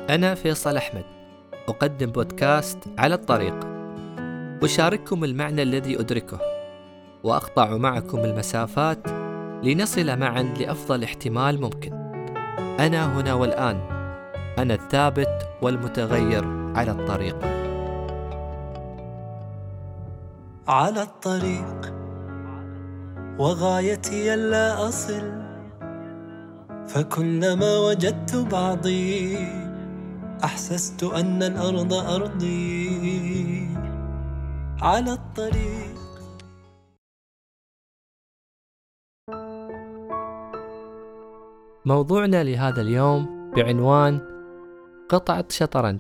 أنا فيصل أحمد، أقدم بودكاست على الطريق، أشارككم المعنى الذي أدركه، وأقطع معكم المسافات لنصل معا لأفضل احتمال ممكن. أنا هنا والآن، أنا الثابت والمتغير على الطريق. على الطريق وغايتي ألا أصل، فكلما وجدت بعضي أحسست أن الأرض أرضي. على الطريق. موضوعنا لهذا اليوم بعنوان قطعة شطرنج.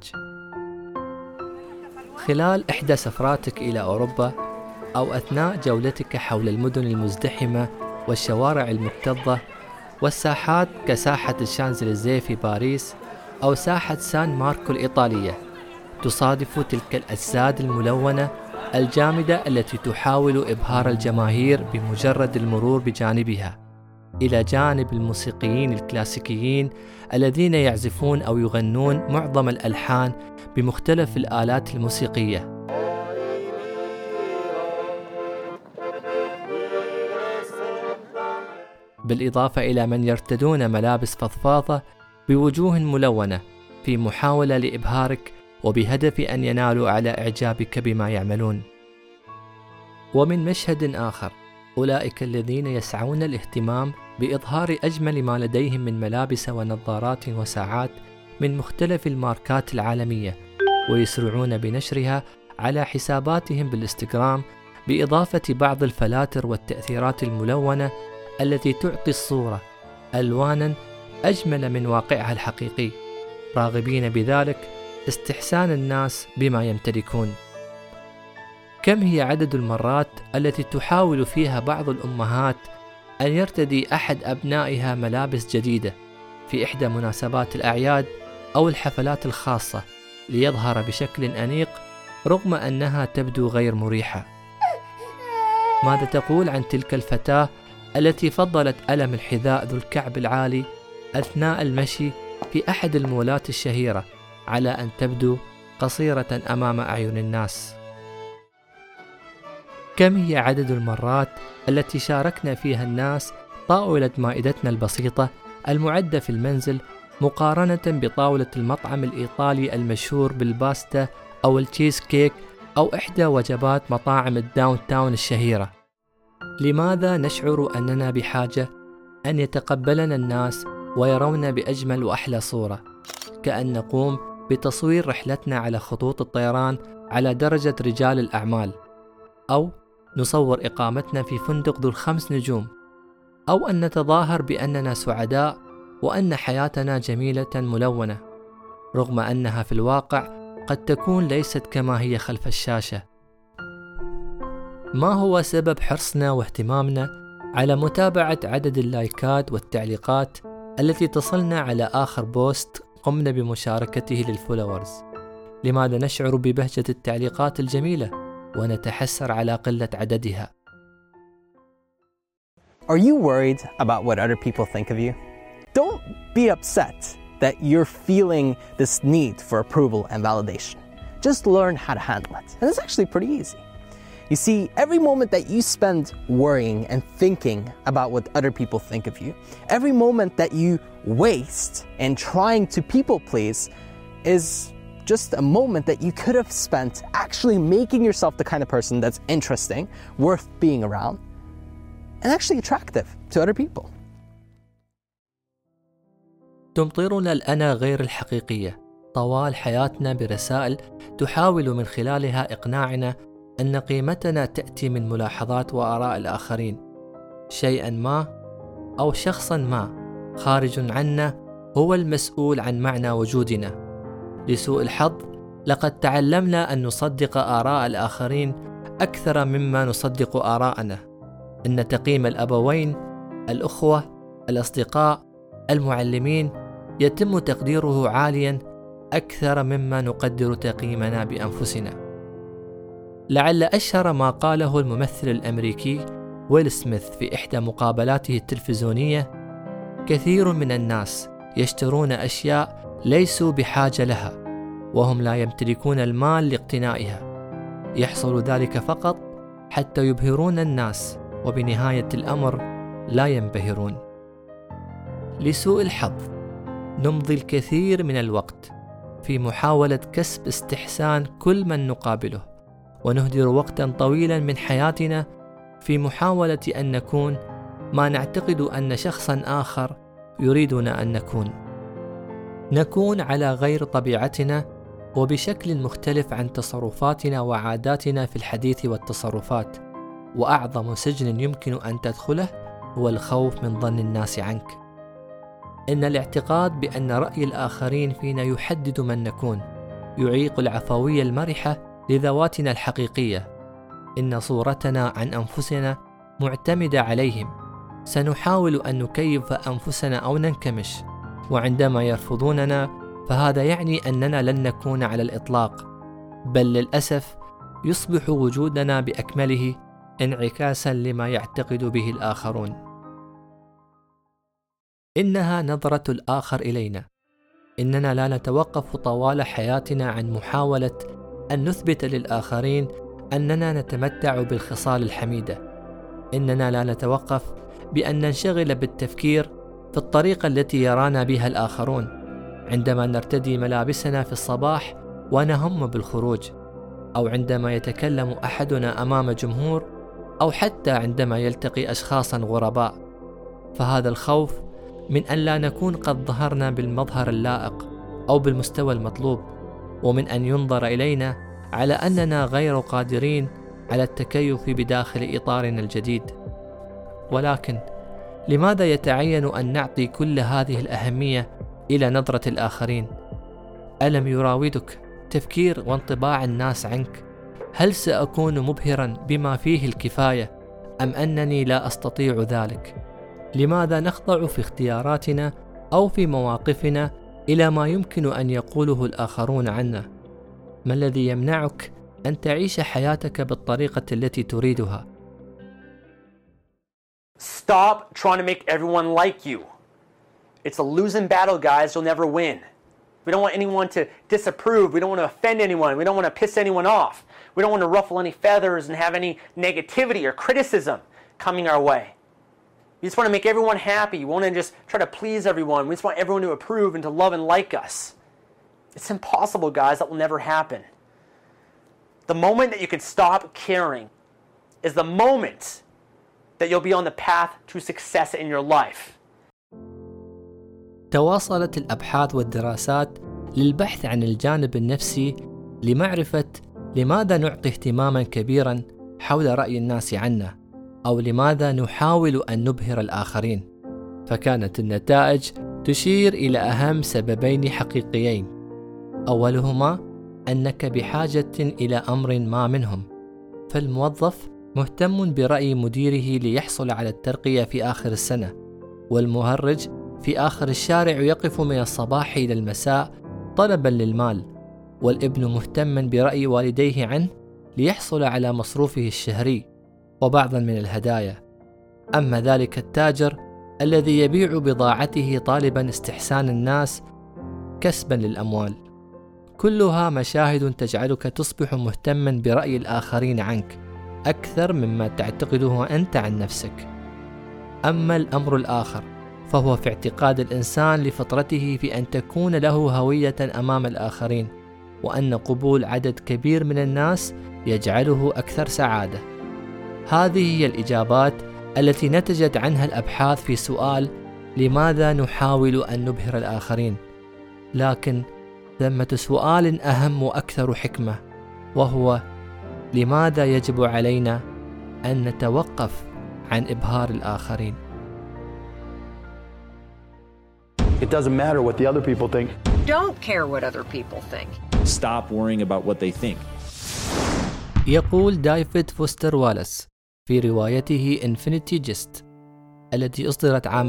خلال إحدى سفراتك إلى أوروبا أو أثناء جولتك حول المدن المزدحمة والشوارع المكتظة والساحات كساحة الشانزليزيه في باريس أو ساحة سان ماركو الإيطالية، تصادف تلك الأجساد الملونة الجامدة التي تحاول إبهار الجماهير بمجرد المرور بجانبها، إلى جانب الموسيقيين الكلاسيكيين الذين يعزفون أو يغنون معظم الألحان بمختلف الآلات الموسيقية. بالإضافة إلى من يرتدون ملابس فضفاضة بوجوه ملونة في محاولة لإبهارك وبهدف أن ينالوا على إعجابك بما يعملون. ومن مشهد آخر، أولئك الذين يسعون الاهتمام بإظهار أجمل ما لديهم من ملابس ونظارات وساعات من مختلف الماركات العالمية، ويسرعون بنشرها على حساباتهم بالإنستغرام، بإضافة بعض الفلاتر والتأثيرات الملونة التي تعطي الصورة ألواناً أجمل من واقعها الحقيقي، راغبين بذلك استحسان الناس بما يمتلكون. كم هي عدد المرات التي تحاول فيها بعض الأمهات أن يرتدي أحد أبنائها ملابس جديدة في إحدى مناسبات الأعياد أو الحفلات الخاصة ليظهر بشكل أنيق رغم أنها تبدو غير مريحة. ماذا تقول عن تلك الفتاة التي فضلت ألم الحذاء ذو الكعب العالي أثناء المشي في أحد المولات الشهيرة على أن تبدو قصيرة أمام أعين الناس؟ كم هي عدد المرات التي شاركنا فيها الناس طاولة مائدتنا البسيطة المعدة في المنزل مقارنة بطاولة المطعم الإيطالي المشهور بالباستا أو التشيز كيك أو إحدى وجبات مطاعم الداون تاون الشهيرة؟ لماذا نشعر أننا بحاجة أن يتقبلنا الناس ويرون بأجمل وأحلى صورة، كأن نقوم بتصوير رحلتنا على خطوط الطيران على درجة رجال الأعمال، أو نصور إقامتنا في فندق ذو 5 نجوم، أو أن نتظاهر بأننا سعداء وأن حياتنا جميلة ملونة، رغم أنها في الواقع قد تكون ليست كما هي خلف الشاشة؟ ما هو سبب حرصنا واهتمامنا على متابعة عدد اللايكات والتعليقات التي تصلنا على آخر بوست قمنا بمشاركته للفولورز؟ لماذا نشعر ببهجة التعليقات الجميلة ونتحسر على قلة عددها؟ Are you worried about what other people think of you? Don't be upset that you're feeling this need for approval and validation. Just learn how to handle it. And it's actually pretty easy. You see, every moment that you spend worrying and thinking about what other people think of you, every moment that you waste in trying to people please is just a moment that you could have spent actually making yourself the kind of person that's interesting, worth being around, and actually attractive to other people. تمطرنا الأنا غير الحقيقية طوال حياتنا برسائل تحاول من خلالها إقناعنا أن قيمتنا تأتي من ملاحظات وآراء الآخرين. شيئا ما أو شخصا ما خارج عنا هو المسؤول عن معنى وجودنا. لسوء الحظ لقد تعلمنا أن نصدق آراء الآخرين أكثر مما نصدق آراءنا. إن تقييم الأبوين، الأخوة، الأصدقاء، المعلمين يتم تقديره عاليا أكثر مما نقدر تقييمنا بأنفسنا. لعل أشهر ما قاله الممثل الأمريكي ويل سميث في إحدى مقابلاته التلفزيونية: كثير من الناس يشترون أشياء ليسوا بحاجة لها، وهم لا يمتلكون المال لاقتنائها. يحصل ذلك فقط حتى يبهرون الناس، وبنهاية الأمر لا ينبهرون. لسوء الحظ نمضي الكثير من الوقت في محاولة كسب استحسان كل من نقابله، ونهدر وقتا طويلا من حياتنا في محاولة أن نكون ما نعتقد أن شخصا آخر يريدنا أن نكون على غير طبيعتنا وبشكل مختلف عن تصرفاتنا وعاداتنا في الحديث والتصرفات. وأعظم سجن يمكن أن تدخله هو الخوف من ظن الناس عنك. إن الاعتقاد بأن رأي الآخرين فينا يحدد من نكون يعيق العفوية المرحة لذواتنا الحقيقية. إن صورتنا عن أنفسنا معتمدة عليهم. سنحاول أن نكيف أنفسنا أو ننكمش، وعندما يرفضوننا فهذا يعني أننا لن نكون على الإطلاق، بل للأسف يصبح وجودنا بأكمله انعكاسا لما يعتقد به الآخرون. إنها نظرة الآخر إلينا. إننا لا نتوقف طوال حياتنا عن محاولة أن نثبت للآخرين أننا نتمتع بالخصال الحميدة. إننا لا نتوقف بأن ننشغل بالتفكير في الطريقة التي يرانا بها الآخرون عندما نرتدي ملابسنا في الصباح ونهم بالخروج، أو عندما يتكلم أحدنا أمام جمهور، أو حتى عندما يلتقي أشخاصا غرباء. فهذا الخوف من أن لا نكون قد ظهرنا بالمظهر اللائق أو بالمستوى المطلوب، ومن أن ينظر إلينا على أننا غير قادرين على التكيف بداخل إطارنا الجديد. ولكن لماذا يتعين أن نعطي كل هذه الأهمية إلى نظرة الآخرين؟ ألم يراودك تفكير وانطباع الناس عنك؟ هل سأكون مبهرا بما فيه الكفاية أم أنني لا أستطيع ذلك؟ لماذا نخضع في اختياراتنا أو في مواقفنا إلى ما يمكن أن يقوله الآخرون عنا؟ ما الذي يمنعك أن تعيش حياتك بالطريقة التي تريدها؟ Stop trying to make everyone like you. It's a losing battle, guys. You'll never win. We don't want anyone to disapprove. We don't want to offend anyone. We don't want to piss anyone off. We don't want to ruffle any feathers and have any negativity or criticism coming our way. We just want to make everyone happy. We want to just try to please everyone. We just want everyone to approve and to love and like us. It's impossible, guys. That will never happen. The moment that you can stop caring is the moment that you'll be on the path to success in your life. تواصلت الأبحاث والدراسات للبحث عن الجانب النفسي لمعرفة لماذا نعطي اهتماما كبيرا حول رأي الناس عنا، أو لماذا نحاول أن نبهر الآخرين. فكانت النتائج تشير إلى أهم سببين حقيقيين. أولهما أنك بحاجة إلى أمر ما منهم. فالموظف مهتم برأي مديره ليحصل على الترقية في آخر السنة، والمهرج في آخر الشارع يقف من الصباح إلى المساء طلبا للمال، والابن مهتم برأي والديه عنه ليحصل على مصروفه الشهري وبعضا من الهدايا. أما ذلك التاجر الذي يبيع بضاعته طالبا استحسان الناس كسبا للأموال. كلها مشاهد تجعلك تصبح مهتما برأي الآخرين عنك أكثر مما تعتقده أنت عن نفسك. أما الأمر الآخر فهو في اعتقاد الإنسان لفطرته في أن تكون له هوية أمام الآخرين، وأن قبول عدد كبير من الناس يجعله أكثر سعادة. هذه هي الإجابات التي نتجت عنها الأبحاث في سؤال لماذا نحاول أن نبهر الآخرين. لكن ثمة سؤال أهم وأكثر حكمة، وهو لماذا يجب علينا أن نتوقف عن إبهار الآخرين؟ It doesn't matter what the other people think. Don't care what other people think. Stop worrying about what they think. يقول ديفيد فوستر والاس في روايته Infinity Jest التي أصدرت عام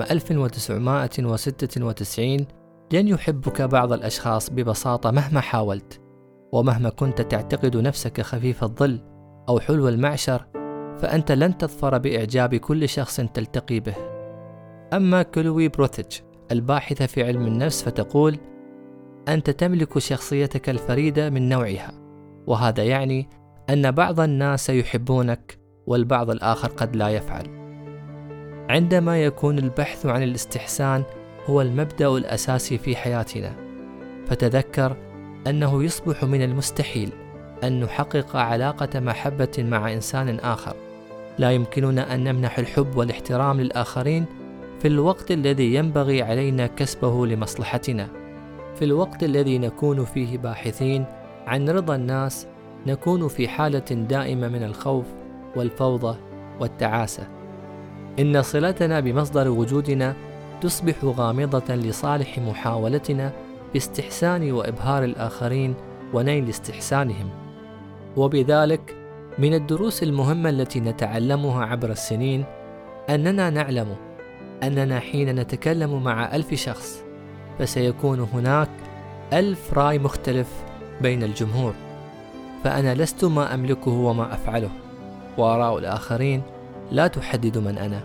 1996: لن يحبك بعض الأشخاص ببساطة مهما حاولت، ومهما كنت تعتقد نفسك خفيف الظل أو حلو المعشر، فأنت لن تظفر بإعجاب كل شخص تلتقي به. أما كلوي بروثيتش الباحثة في علم النفس فتقول: أنت تملك شخصيتك الفريدة من نوعها، وهذا يعني أن بعض الناس يحبونك والبعض الآخر قد لا يفعل. عندما يكون البحث عن الاستحسان هو المبدأ الأساسي في حياتنا، فتذكر أنه يصبح من المستحيل أن نحقق علاقة محبة مع إنسان آخر. لا يمكننا أن نمنح الحب والاحترام للآخرين في الوقت الذي ينبغي علينا كسبه لمصلحتنا. في الوقت الذي نكون فيه باحثين عن رضا الناس نكون في حالة دائمة من الخوف والفوضى والتعاسة. إن صلتنا بمصدر وجودنا تصبح غامضة لصالح محاولتنا باستحسان وإبهار الآخرين ونيل استحسانهم. وبذلك من الدروس المهمة التي نتعلمها عبر السنين أننا نعلم أننا حين نتكلم مع 1000 شخص فسيكون هناك 1000 رأي مختلف بين الجمهور، فأنا لست ما أملكه وما أفعله، وآراء الآخرين لا تحدد من أنا.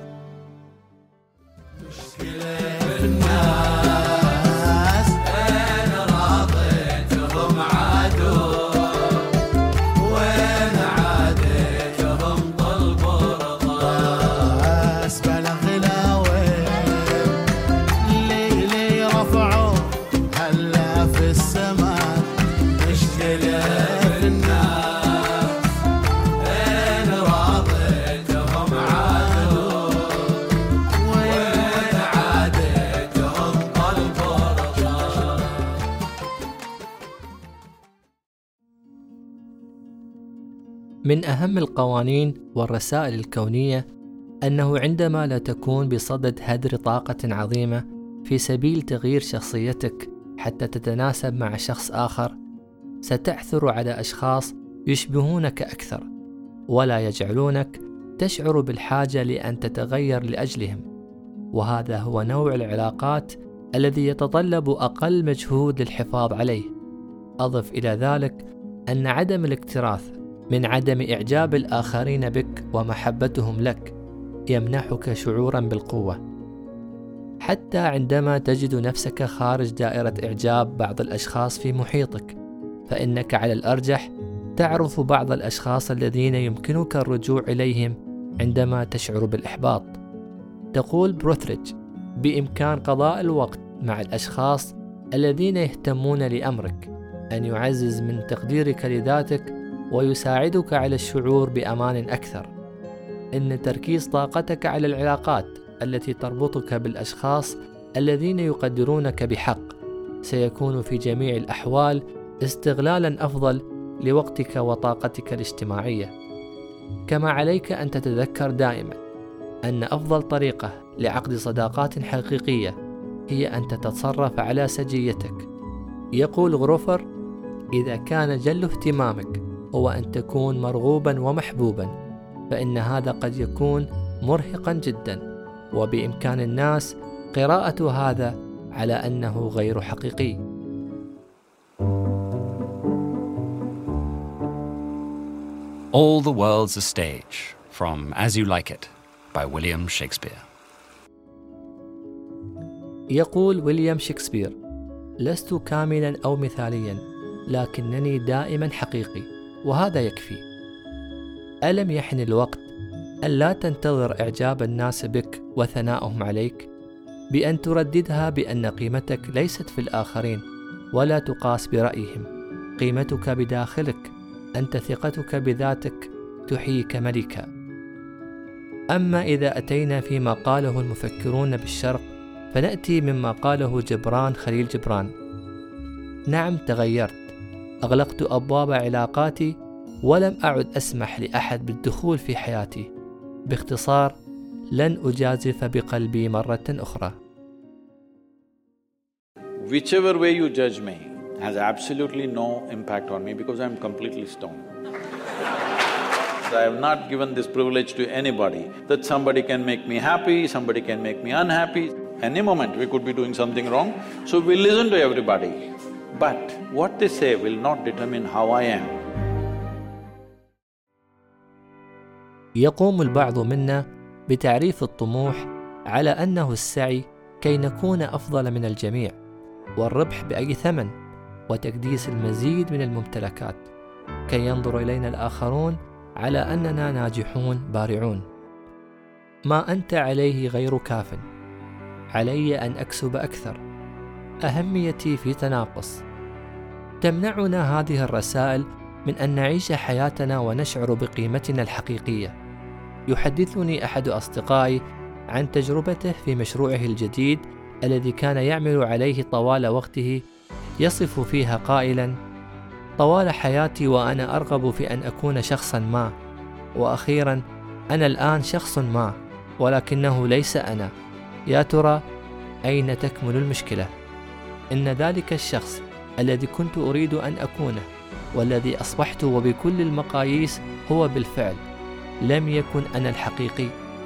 من أهم القوانين والرسائل الكونية أنه عندما لا تكون بصدد هدر طاقة عظيمة في سبيل تغيير شخصيتك حتى تتناسب مع شخص آخر، ستعثر على أشخاص يشبهونك أكثر ولا يجعلونك تشعر بالحاجة لأن تتغير لأجلهم. وهذا هو نوع العلاقات الذي يتطلب أقل مجهود للحفاظ عليه. أضف إلى ذلك أن عدم الاكتراث من عدم إعجاب الآخرين بك ومحبتهم لك يمنحك شعورا بالقوة، حتى عندما تجد نفسك خارج دائرة إعجاب بعض الأشخاص في محيطك، فإنك على الأرجح تعرف بعض الأشخاص الذين يمكنك الرجوع إليهم عندما تشعر بالإحباط. تقول بروثريج: بإمكان قضاء الوقت مع الأشخاص الذين يهتمون لأمرك، أن يعزز من تقديرك لذاتك ويساعدك على الشعور بأمان أكثر. إن تركيز طاقتك على العلاقات التي تربطك بالأشخاص الذين يقدرونك بحق سيكون في جميع الأحوال استغلالا أفضل لوقتك وطاقتك الاجتماعية. كما عليك أن تتذكر دائما أن أفضل طريقة لعقد صداقات حقيقية هي أن تتصرف على سجيتك. يقول غروفر: إذا كان جل اهتمامك هو أن تكون مرغوبا ومحبوبا، فإن هذا قد يكون مرهقا جدا، وبإمكان الناس قراءة هذا على أنه غير حقيقي. All the World's a Stage, from As You Like It, by William Shakespeare. يقول ويليام شكسبير: لست كاملا أو مثاليا، لكنني دائما حقيقي، وهذا يكفي. ألم يحن الوقت أن لا تنتظر إعجاب الناس بك وثناؤهم عليك، بأن ترددها بأن قيمتك ليست في الآخرين ولا تقاس برأيهم، قيمتك بداخلك، أنت ثقتك بذاتك تحييك ملكا. أما إذا أتينا فيما قاله المفكرون بالشرق فنأتي مما قاله جبران خليل جبران: نعم تغيرت، أغلقت أبواب علاقاتي ولم أعد أسمح لأحد بالدخول في حياتي. باختصار، لن أجازف بقلبي مرة أخرى. Whichever way you judge me has absolutely no impact on me because I'm completely stoned. So I have not given this privilege to anybody that somebody can make me happy, somebody can make me unhappy. Any moment we could be doing something wrong, so we listen to everybody. But what they say will not determine how I am. يقوم البعض منا بتعريف الطموح على أنه السعي كي نكون أفضل من الجميع، والربح بأي ثمن، وتكديس المزيد من الممتلكات، كي ينظر إلينا الآخرون على أننا ناجحون بارعون. ما أنت عليه غير كاف، علي أن أكسب أكثر، أهميتي في تناقص. تمنعنا هذه الرسائل من أن نعيش حياتنا ونشعر بقيمتنا الحقيقية. يحدثني أحد أصدقائي عن تجربته في مشروعه الجديد الذي كان يعمل عليه طوال وقته، يصف فيها قائلا: طوال حياتي وأنا أرغب في أن أكون شخصا ما، وأخيرا أنا الآن شخص ما، ولكنه ليس أنا. يا ترى أين تكمن المشكلة؟ إن ذلك الشخص الذي كنت أريد أن أكونه والذي أصبحت وبكل المقاييس هو بالفعل لم يكن أنا الحقيقي.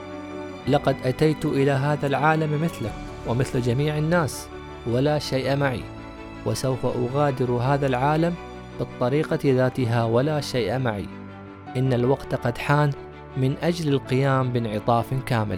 لقد أتيت إلى هذا العالم مثلك ومثل جميع الناس، ولا شيء معي، وسوف أغادر هذا العالم بالطريقة ذاتها ولا شيء معي. إن الوقت قد حان من أجل القيام بانعطاف كامل.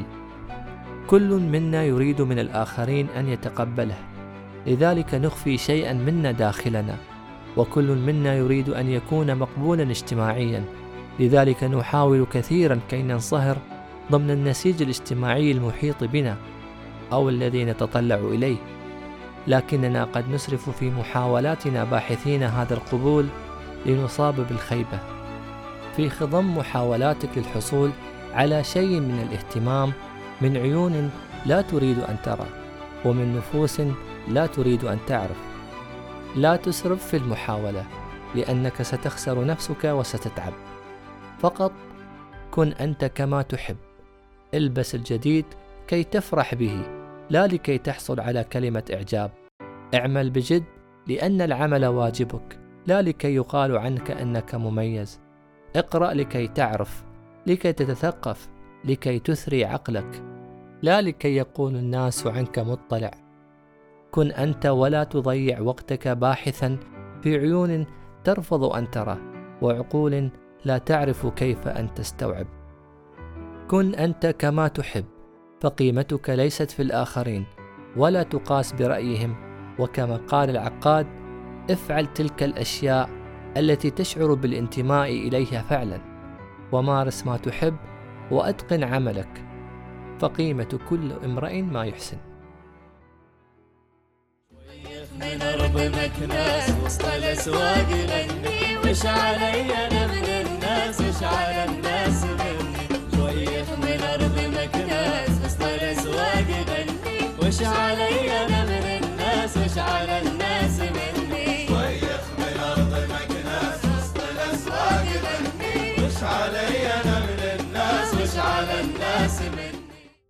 كل منا يريد من الآخرين أن يتقبله، لذلك نخفي شيئا منا داخلنا، وكل منا يريد أن يكون مقبولا اجتماعيا، لذلك نحاول كثيرا كي ننصهر ضمن النسيج الاجتماعي المحيط بنا أو الذي نتطلع إليه. لكننا قد نسرف في محاولاتنا باحثين هذا القبول لنصاب بالخيبة. في خضم محاولاتك للحصول على شيء من الاهتمام من عيون لا تريد أن ترى، ومن نفوس لا تريد أن تعرف. لا تسرف في المحاولة، لأنك ستخسر نفسك وستتعب. فقط كن أنت كما تحب. البس الجديد كي تفرح به، لا لكي تحصل على كلمة إعجاب. اعمل بجد لأن العمل واجبك، لا لكي يقال عنك أنك مميز. اقرأ لكي تعرف، لكي تتثقف، لكي تثري عقلك، لا لكي يقول الناس عنك مطلع. كن أنت ولا تضيع وقتك باحثا في عيون ترفض أن ترى، وعقول لا تعرف كيف أن تستوعب. كن أنت كما تحب، فقيمتك ليست في الآخرين ولا تقاس برأيهم. وكما قال العقاد: افعل تلك الأشياء التي تشعر بالانتماء إليها فعلا، ومارس ما تحب، وأتقن عملك، فقيمة كل امرئ ما يحسن. من أرض مكناس وسط الأسواق لأني وش علي أنا من الناس، وش على الناس مني. شويخ من أرض مكناس وسط الأسواق لأني وش علي أنا من الناس، وش على الناس مني. شويخ من أرض مكناس وسط الأسواق لأني وش علي أنا من الناس، وش على الناس مني.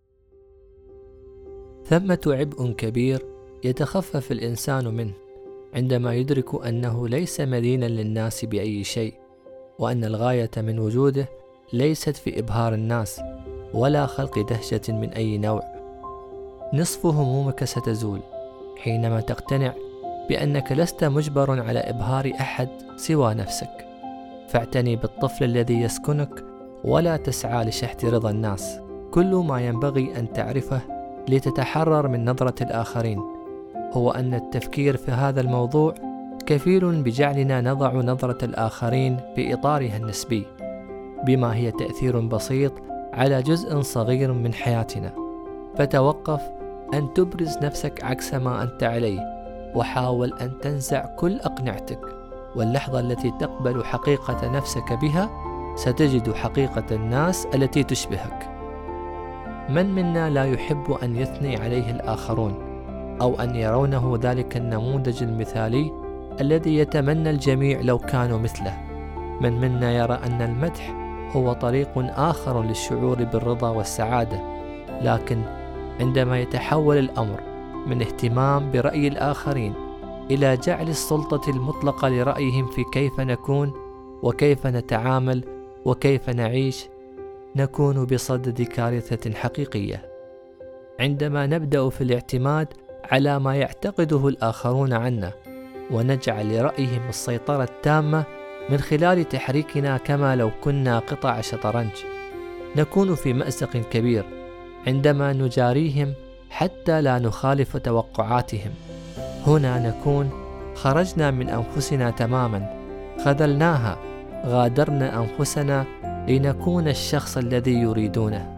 ثمة عبء كبير يتخفف الإنسان منه عندما يدرك أنه ليس مدينا للناس بأي شيء، وأن الغاية من وجوده ليست في إبهار الناس ولا خلق دهشة من أي نوع. نصف همومك ستزول حينما تقتنع بأنك لست مجبر على إبهار أحد سوى نفسك. فاعتني بالطفل الذي يسكنك ولا تسعى لشحذ رضا الناس. كل ما ينبغي أن تعرفه لتتحرر من نظرة الآخرين هو أن التفكير في هذا الموضوع كفيل بجعلنا نضع نظرة الآخرين في إطارها النسبي، بما هي تأثير بسيط على جزء صغير من حياتنا. فتوقف أن تبرز نفسك عكس ما أنت عليه، وحاول أن تنزع كل أقنعتك، واللحظة التي تقبل حقيقة نفسك بها ستجد حقيقة الناس التي تشبهك. من منا لا يحب أن يثني عليه الآخرون أو أن يرونه ذلك النموذج المثالي الذي يتمنى الجميع لو كانوا مثله؟ من منا يرى أن المدح هو طريق آخر للشعور بالرضا والسعادة؟ لكن عندما يتحول الأمر من اهتمام برأي الآخرين إلى جعل السلطة المطلقة لرأيهم في كيف نكون وكيف نتعامل وكيف نعيش، نكون بصدد كارثة حقيقية. عندما نبدأ في الاعتماد على ما يعتقده الآخرون عنا ونجعل لرأيهم السيطرة التامة من خلال تحريكنا كما لو كنا قطع شطرنج، نكون في مأزق كبير عندما نجاريهم حتى لا نخالف توقعاتهم. هنا نكون خرجنا من أنفسنا تماما، خذلناها، غادرنا أنفسنا لنكون الشخص الذي يريدونه.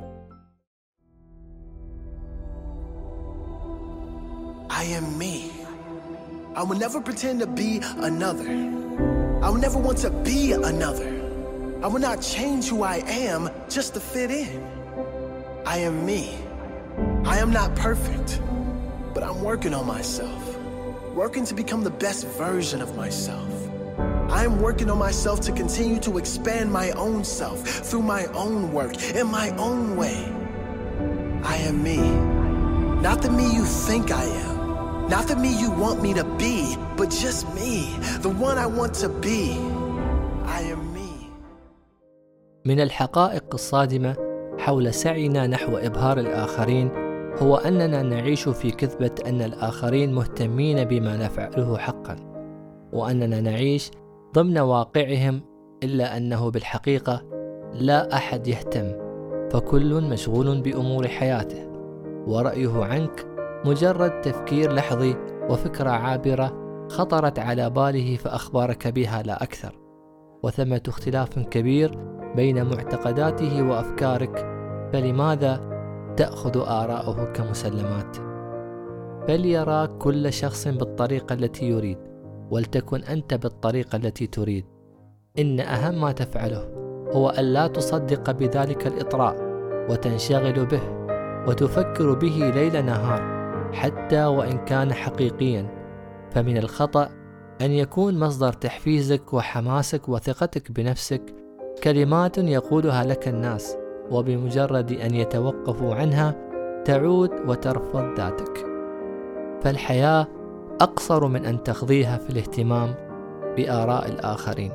I am me. I will never pretend to be another. I will never want to be another. I will not change who I am just to fit in. I am me. I am not perfect, but I'm working on myself, working to become the best version of myself. I am working on myself to continue to expand my own self through my own work, in my own way. I am me. Not the me you think I am. Not the me you want me to be, but just me, the one I want to be. I am me. من الحقائق الصادمة حول سعينا نحو إبهار الآخرين هو أننا نعيش في كذبة أن الآخرين مهتمين بما نفعله حقا، وأننا نعيش ضمن واقعهم، إلا أنه بالحقيقة لا أحد يهتم، فكل مشغول بأمور حياته، ورأيه عنك مجرد تفكير لحظي وفكرة عابرة خطرت على باله فأخبرك بها لا أكثر. وثمة اختلاف كبير بين معتقداته وأفكارك، فلماذا تأخذ آراءه كمسلمات؟ فليراك كل شخص بالطريقة التي يريد، ولتكن أنت بالطريقة التي تريد. إن أهم ما تفعله هو ألا تصدق بذلك الإطراء وتنشغل به وتفكر به ليل نهار حتى وإن كان حقيقيا. فمن الخطأ أن يكون مصدر تحفيزك وحماسك وثقتك بنفسك كلمات يقولها لك الناس، وبمجرد أن يتوقفوا عنها تعود وترفض ذاتك. فالحياة أقصر من أن تقضيها في الاهتمام بآراء الآخرين.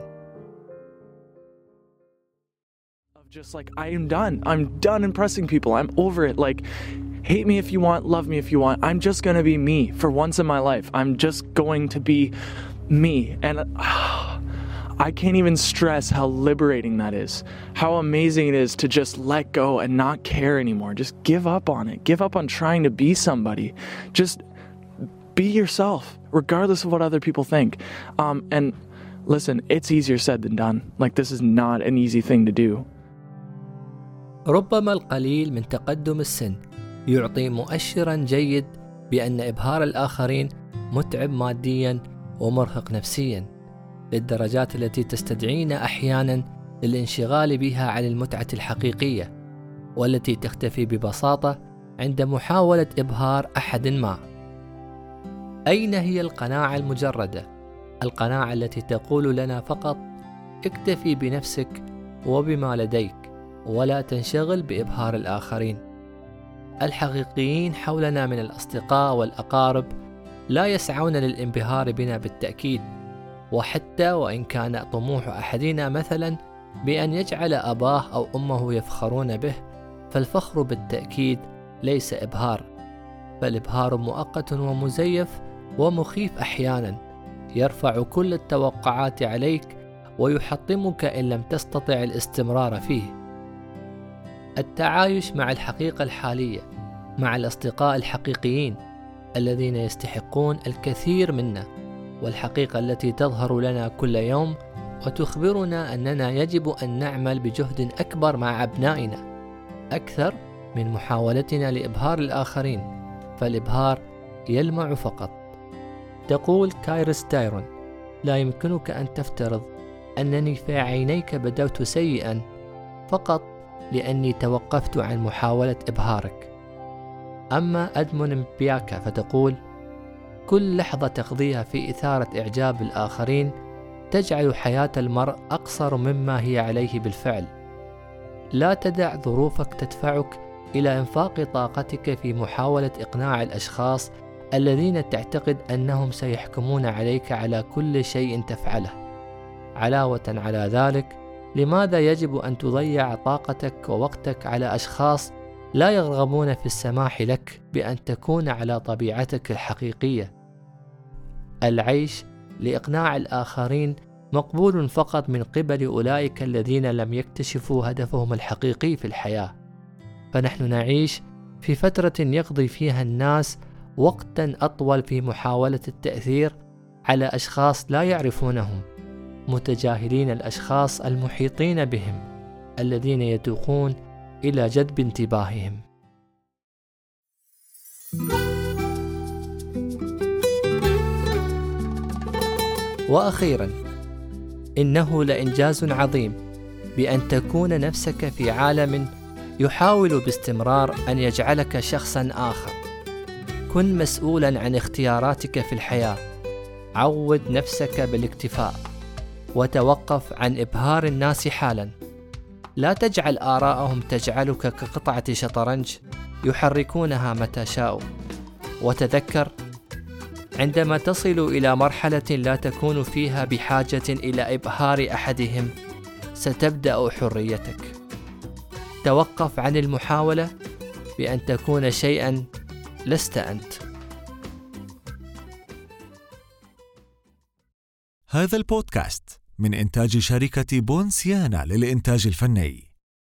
Just like, I am done. I'm done impressing people. I'm over it. Like, hate me if you want, love me if you want. I'm just going to be me for once in my life. I'm just going to be me. And I can't even stress how liberating that is. How amazing it is to just let go and not care anymore. Just give up on it. Give up on trying to be somebody. Just be yourself, regardless of what other people think. And listen, it's easier said than done. Like, this is not an easy thing to do. ربما القليل من تقدم السن يعطي مؤشرا جيد بأن إبهار الآخرين متعب ماديا ومرهق نفسيا، للدرجات التي تستدعينا أحيانا للانشغال بها عن المتعة الحقيقية، والتي تختفي ببساطة عند محاولة إبهار أحد ما. أين هي القناعة المجردة؟ القناعة التي تقول لنا فقط اكتفي بنفسك وبما لديك، ولا تنشغل بإبهار الآخرين. الحقيقيين حولنا من الأصدقاء والأقارب لا يسعون للانبهار بنا بالتأكيد، وحتى وإن كان طموح أحدنا مثلا بأن يجعل أباه أو أمه يفخرون به، فالفخر بالتأكيد ليس إبهار، فالإبهار مؤقت ومزيف ومخيف أحيانا، يرفع كل التوقعات عليك ويحطمك إن لم تستطع الاستمرار فيه. التعايش مع الحقيقة الحالية، مع الأصدقاء الحقيقيين الذين يستحقون الكثير منا، والحقيقة التي تظهر لنا كل يوم وتخبرنا أننا يجب أن نعمل بجهد أكبر مع أبنائنا أكثر من محاولتنا لإبهار الآخرين، فالإبهار يلمع فقط. تقول كايرس تايرون: لا يمكنك أن تفترض أنني في عينيك بدوت سيئا فقط لأني توقفت عن محاولة إبهارك. أما أدمون بياكا فتقول: كل لحظة تقضيها في إثارة إعجاب الآخرين تجعل حياة المرء أقصر مما هي عليه بالفعل. لا تدع ظروفك تدفعك إلى إنفاق طاقتك في محاولة إقناع الأشخاص الذين تعتقد أنهم سيحكمون عليك على كل شيء تفعله. علاوة على ذلك، لماذا يجب أن تضيع طاقتك ووقتك على أشخاص لا يرغبون في السماح لك بأن تكون على طبيعتك الحقيقية؟ العيش لإقناع الآخرين مقبول فقط من قبل أولئك الذين لم يكتشفوا هدفهم الحقيقي في الحياة. فنحن نعيش في فترة يقضي فيها الناس وقتا أطول في محاولة التأثير على أشخاص لا يعرفونهم، متجاهلين الأشخاص المحيطين بهم الذين يتوقون إلى جذب انتباههم. وأخيرا، إنه لإنجاز عظيم بأن تكون نفسك في عالم يحاول باستمرار أن يجعلك شخصا آخر. كن مسؤولا عن اختياراتك في الحياة. عود نفسك بالاكتفاء، وتوقف عن إبهار الناس حالا. لا تجعل آراءهم تجعلك كقطعة شطرنج يحركونها متى شاءوا. وتذكر، عندما تصل إلى مرحلة لا تكون فيها بحاجة إلى إبهار أحدهم، ستبدأ حريتك. توقف عن المحاولة بأن تكون شيئا لست أنت. هذا البودكاست من إنتاج شركة بونسيانا للإنتاج الفني.